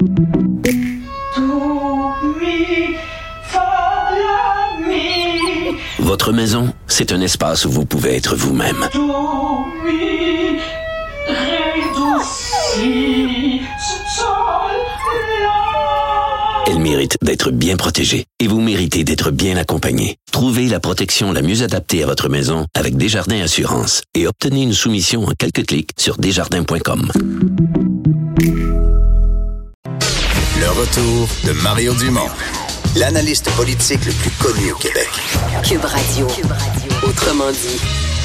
Votre maison, c'est un espace où vous pouvez être vous-même. Elle mérite d'être bien protégée et vous méritez d'être bien accompagné. Trouvez la protection la mieux adaptée à votre maison avec Desjardins Assurance et obtenez une soumission en quelques clics sur desjardins.com. Le retour de Mario Dumont, l'analyste politique le plus connu au Québec. Cube Radio. Autrement dit.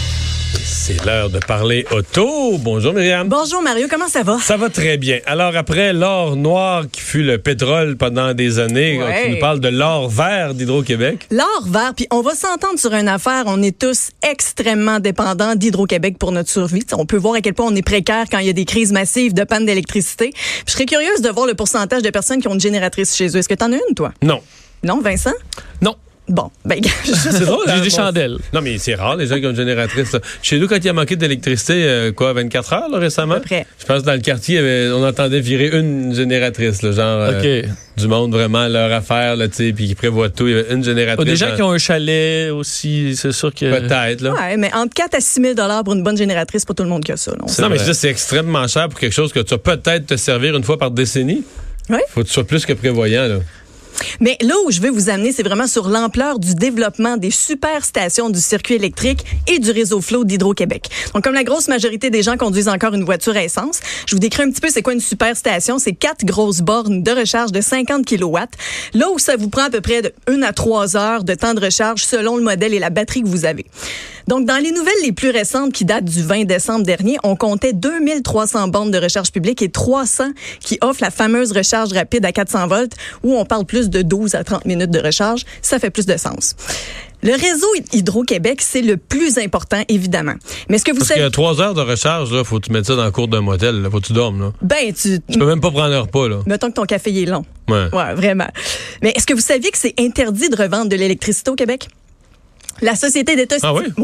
C'est l'heure de parler auto. Bonjour Myriam. Bonjour Mario, comment ça va? Ça va très bien. Alors après l'or noir qui fut le pétrole pendant des années, tu nous parles de l'or vert d'Hydro-Québec. L'or vert, puis on va s'entendre sur une affaire. On est tous extrêmement dépendants d'Hydro-Québec pour notre survie. On peut voir à quel point on est précaire quand il y a des crises massives de panne d'électricité. Puis je serais curieuse de voir le pourcentage de personnes qui ont une génératrice chez eux. Est-ce que tu en as une, toi? Non. Non, Vincent? Non. Bon, ben, c'est drôle, j'ai des chandelles. Non, mais c'est rare, les gens qui ont une génératrice. Là. Chez nous, quand il y a manqué d'électricité, 24 heures, là, récemment? À peu près. Je pense que dans le quartier, on entendait virer une génératrice, là, genre, du monde, vraiment, leur affaire, là, tu sais, puis qui prévoit tout. Il y avait une génératrice. Des gens qui ont un chalet aussi, c'est sûr que... Peut-être, là. Ouais, mais entre 4 à 6 000 $ pour une bonne génératrice, pas tout le monde qui a ça, là. Non, mais ça, c'est extrêmement cher pour quelque chose que tu vas peut-être te servir une fois par décennie. Oui. Faut que tu sois plus que prévoyant, là. Mais là où je veux vous amener, c'est vraiment sur l'ampleur du développement des superstations du circuit électrique et du réseau Flow d'Hydro-Québec. Donc, comme la grosse majorité des gens conduisent encore une voiture à essence, je vous décris un petit peu c'est quoi une superstation. C'est 4 grosses bornes de recharge de 50 kW. Là où ça vous prend à peu près de 1 à 3 heures de temps de recharge selon le modèle et la batterie que vous avez. Donc, dans les nouvelles les plus récentes qui datent du 20 décembre dernier, on comptait 2300 bornes de recharge publique et 300 qui offrent la fameuse recharge rapide à 400 volts où on parle plus de 12 à 30 minutes de recharge. Ça fait plus de sens. Le réseau Hydro-Québec, c'est le plus important, évidemment. Mais est-ce que vous savez... Parce qu'il y a 3 heures de recharge, là, faut que tu mettes ça dans le cours d'un motel, là, faut que tu dormes, là. Ben, tu peux même pas prendre un repas, là. Mettons que ton café est long. Ouais. Ouais, vraiment. Mais est-ce que vous saviez que c'est interdit de revendre de l'électricité au Québec? La Société d'État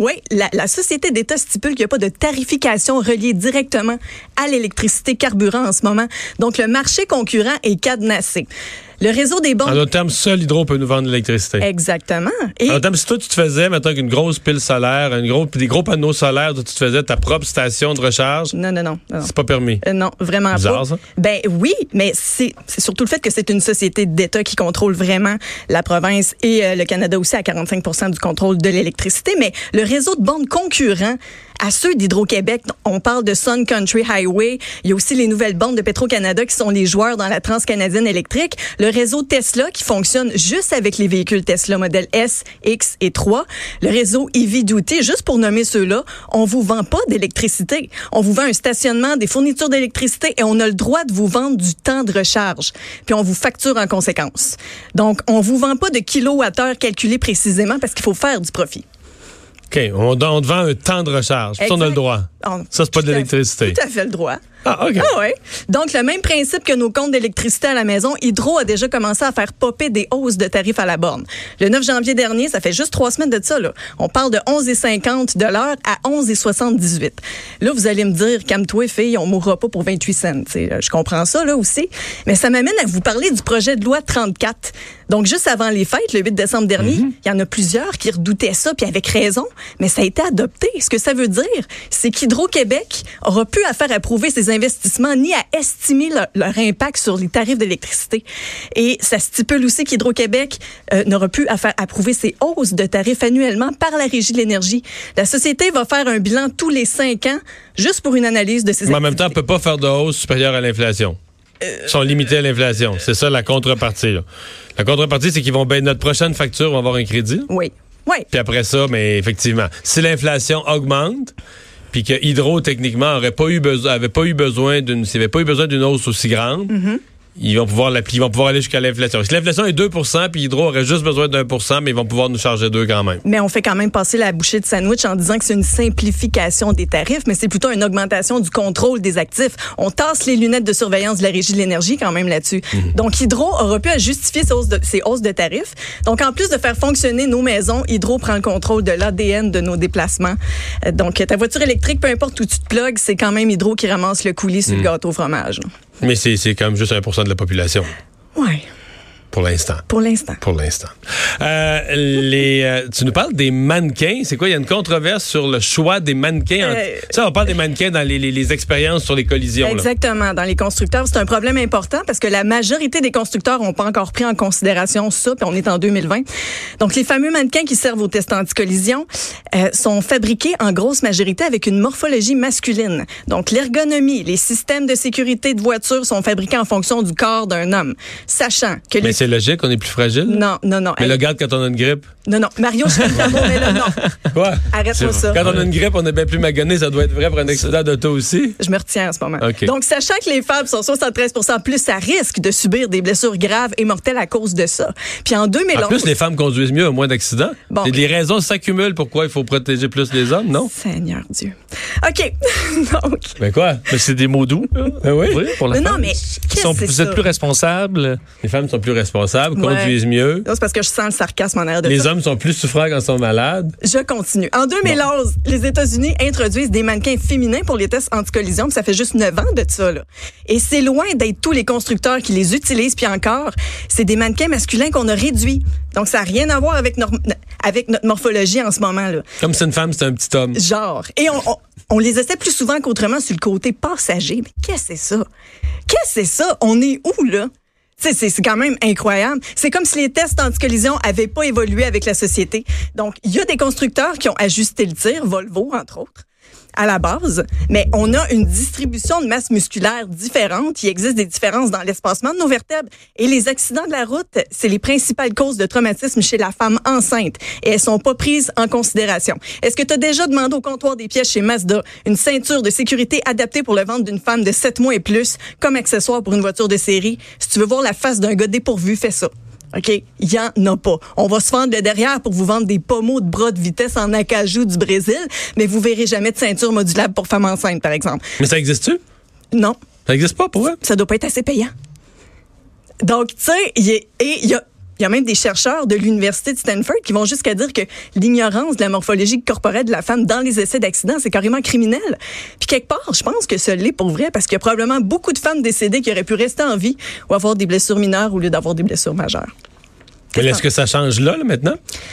la Société d'État stipule qu'il n'y a pas de tarification reliée directement à l'électricité carburant en ce moment. Donc, le marché concurrent est cadenassé. Le réseau des bornes... En d'autres termes, seul Hydro peut nous vendre de l'électricité. Exactement. Et... En d'autres termes, si toi, tu te faisais, mettons, qu'une grosse pile solaire, des gros panneaux solaires, tu te faisais ta propre station de recharge... Non. C'est pas permis. Non, vraiment bizarre, pas. Ça? Ben oui, mais c'est surtout le fait que c'est une société d'État qui contrôle vraiment la province et le Canada aussi à 45% du contrôle de l'électricité. Mais le réseau de bornes concurrents à ceux d'Hydro-Québec, on parle de Sun Country Highway. Il y a aussi les nouvelles bornes de Petro-Canada qui sont les joueurs dans la Transcanadienne électrique. Le réseau Tesla qui fonctionne juste avec les véhicules Tesla modèle S, X et 3. Le réseau EV Duty, juste pour nommer ceux-là, on vous vend pas d'électricité. On vous vend un stationnement, des fournitures d'électricité et on a le droit de vous vendre du temps de recharge. Puis on vous facture en conséquence. Donc, on vous vend pas de kilowattheure calculé précisément parce qu'il faut faire du profit. OK, on te vend un temps de recharge. Ça, on a le droit. Ça, c'est pas de l'électricité. Tout à fait le droit. Ah, OK. Ah ouais. Donc, le même principe que nos comptes d'électricité à la maison, Hydro a déjà commencé à faire popper des hausses de tarifs à la borne. Le 9 janvier dernier, ça fait juste 3 semaines de ça, là. On parle de 11,50 $ à 11,78. Là, vous allez me dire, calme-toi, fille, on mourra pas pour 28 cents. T'sais, je comprends ça, là, aussi. Mais ça m'amène à vous parler du projet de loi 34. Donc, juste avant les fêtes, le 8 décembre dernier, il y en a plusieurs qui redoutaient ça, puis avec raison, mais ça a été adopté. Ce que ça veut dire, c'est qu'Hydro-Québec aura pu à faire approuver ses investissements ni à estimer leur impact sur les tarifs d'électricité. Et ça stipule aussi qu'Hydro-Québec n'aura pu à faire approuver ses hausses de tarifs annuellement par la Régie de l'énergie. La société va faire un bilan tous les 5 ans, juste pour une analyse de ses activités. Mais en même temps, on ne peut pas faire de hausse supérieure à l'inflation. Ils sont limités à l'inflation. C'est ça la contrepartie, là. La contrepartie, c'est qu'ils vont notre prochaine facture va avoir un crédit. Oui. Puis après ça, mais effectivement, si l'inflation augmente, puis que Hydro techniquement avait pas eu besoin d'une hausse aussi grande, ils vont pouvoir aller jusqu'à l'inflation. Si l'inflation est 2%, puis Hydro aurait juste besoin d'1%, mais ils vont pouvoir nous charger 2 quand même. Mais on fait quand même passer la bouchée de sandwich en disant que c'est une simplification des tarifs, mais c'est plutôt une augmentation du contrôle des actifs. On tasse les lunettes de surveillance de la Régie de l'énergie quand même là-dessus. Donc, Hydro aura pu justifier ces hausses de tarifs. Donc, en plus de faire fonctionner nos maisons, Hydro prend le contrôle de l'ADN de nos déplacements. Donc, ta voiture électrique, peu importe où tu te plugues, c'est quand même Hydro qui ramasse le coulis sur le gâteau au fromage. Mais c'est comme juste 1% de la population. Ouais. Pour l'instant. Pour l'instant. Tu nous parles des mannequins. C'est quoi? Il y a une controverse sur le choix des mannequins. On parle des mannequins dans les expériences sur les collisions. Exactement. Là. Dans les constructeurs, c'est un problème important parce que la majorité des constructeurs n'ont pas encore pris en considération ça, puis on est en 2020. Donc, les fameux mannequins qui servent aux tests anti-collision sont fabriqués en grosse majorité avec une morphologie masculine. Donc, l'ergonomie, les systèmes de sécurité de voiture sont fabriqués en fonction du corps d'un homme. Sachant que Mais c'est logique, on est plus fragile? Non. Mais regarde quand on a une grippe. Non. Mario, je fais l'amour, mais là, non. Quoi? Arrête-moi ça. Quand on a une grippe, on est bien plus magané. Ça doit être vrai pour un accident d'auto aussi? Je me retiens en ce moment. Okay. Donc, sachant que les femmes sont 73% plus à risque de subir des blessures graves et mortelles à cause de ça. Puis en 2011... En plus, les femmes conduisent mieux, au moins d'accidents. Bon. Les raisons s'accumulent pourquoi il faut protéger plus les hommes, non? Seigneur Dieu. OK. Donc... Mais quoi? Mais c'est des mots doux. Ben oui. Pour la femme. Non, mais Vous êtes plus responsables. Les femmes sont plus responsables, Ouais. conduisent mieux. Non, c'est parce que je sens le sarcasme en arrière de Les ça. hommes sont plus souffrants quand ils sont malades. Je continue. En 2011, les États-Unis introduisent des mannequins féminins pour les tests anti-collision, puis ça fait juste 9 ans de ça, là. Et c'est loin d'être tous les constructeurs qui les utilisent, puis encore, c'est des mannequins masculins qu'on a réduits. Donc, ça n'a rien à voir avec notre morphologie en ce moment, là. Comme si une femme, c'était un petit homme. Genre. Et on les essaie plus souvent qu'autrement sur le côté passager. Mais qu'est-ce que c'est ça? Qu'est-ce que c'est ça? On est où, là? C'est quand même incroyable. C'est comme si les tests anti-collision avaient pas évolué avec la société. Donc, il y a des constructeurs qui ont ajusté le tir, Volvo, entre autres, à la base, mais on a une distribution de masse musculaire différente. Il existe des différences dans l'espacement de nos vertèbres. Et les accidents de la route, c'est les principales causes de traumatisme chez la femme enceinte. Et elles sont pas prises en considération. Est-ce que tu as déjà demandé au comptoir des pièces chez Mazda une ceinture de sécurité adaptée pour le ventre d'une femme de 7 mois et plus, comme accessoire pour une voiture de série? Si tu veux voir la face d'un gars dépourvu, fais ça. OK? Il y en a pas. On va se fendre le derrière pour vous vendre des pommeaux de bras de vitesse en acajou du Brésil, mais vous verrez jamais de ceinture modulable pour femmes enceintes, par exemple. Mais ça existe-tu? Non. Ça existe pas, pour eux? Ça doit pas être assez payant. Donc, tu sais, il y a même des chercheurs de l'Université de Stanford qui vont jusqu'à dire que l'ignorance de la morphologie corporelle de la femme dans les essais d'accident, c'est carrément criminel. Puis quelque part, je pense que ça l'est pour vrai, parce qu'il y a probablement beaucoup de femmes décédées qui auraient pu rester en vie ou avoir des blessures mineures au lieu d'avoir des blessures majeures. Mais est-ce que ça change là, maintenant?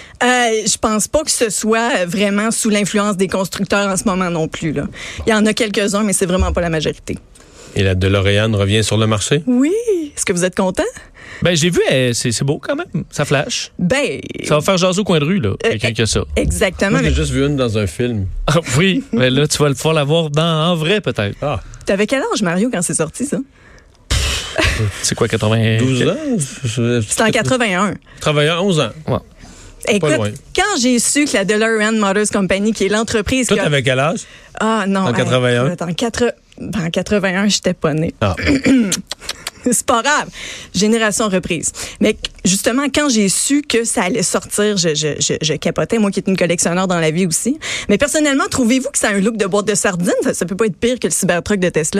Je pense pas que ce soit vraiment sous l'influence des constructeurs en ce moment non plus, là. Il y en a quelques-uns, mais c'est vraiment pas la majorité. Et la DeLorean revient sur le marché? Oui. Est-ce que vous êtes content? Ben, j'ai vu, c'est beau quand même. Ça flash. Ben. Ça va faire jaser au coin de rue, là. Quelqu'un qui a ça. Exactement. Moi, j'ai mais juste vu une dans un film. Ah, oui, mais là, tu vas pouvoir la voir en vrai, peut-être. Ah. T'avais quel âge, Mario, quand c'est sorti, ça? C'est quoi, 80... 12 ans? C'était en 81. Travaillant 11 ans. Ouais. Écoute, loin. quand j'ai su que la DeLorean Motors Company, qui est l'entreprise... Toi, qui a... t'avais quel âge? Ah non. En 81? En 81, j'étais pas née. Ah. C'est pas grave. Génération reprise. Mais justement, quand j'ai su que ça allait sortir, je capotais, moi qui est une collectionneur dans la vie aussi. Mais personnellement, trouvez-vous que ça a un look de boîte de sardines? Ça peut pas être pire que le Cybertruck de Tesla?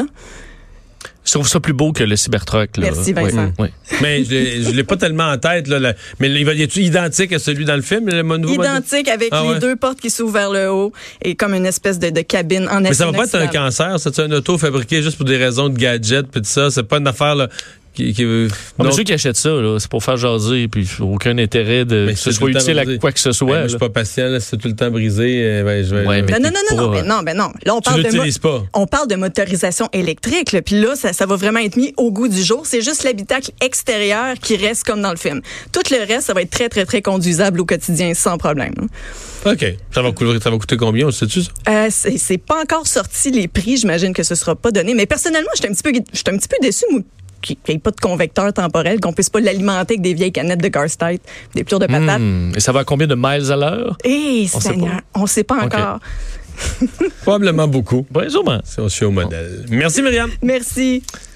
Je trouve ça plus beau que le Cybertruck. Là. Merci, Vincent. Oui. Mais je l'ai pas tellement en tête. Là, mais il est identique à celui dans le film? Le nouveau Identique, avec les deux portes qui s'ouvrent vers le haut et comme une espèce de cabine en acier. Mais ça va pas être un cancer. C'est un auto fabriqué juste pour des raisons de gadget puis tout ça. C'est pas une affaire là, qui mais ceux qui achètent ça, là, c'est pour faire jaser, puis aucun intérêt que ce soit utile à quoi que ce soit. Moi, je suis pas patient. Là, si c'est tout le temps brisé, je vais... Ouais, mais non. Là, on parle l'utilises pas. On parle de motorisation électrique, là, puis là, ça va vraiment être mis au goût du jour. C'est juste l'habitacle extérieur qui reste comme dans le film. Tout le reste, ça va être très, très, très conduisable au quotidien sans problème. OK. Ça va coûter combien, sais-tu ça? C'est pas encore sorti les prix. J'imagine que ce sera pas donné. Mais personnellement, je suis un petit peu déçue, moi, qu'il n'y ait pas de convecteur temporel, qu'on puisse pas l'alimenter avec des vieilles canettes de Garstite, des plures de patates. Et ça va à combien de miles à l'heure? Seigneur, on sait pas encore. Probablement beaucoup. Oui, sûrement. Si on suit au modèle. Merci, Myriam. Merci.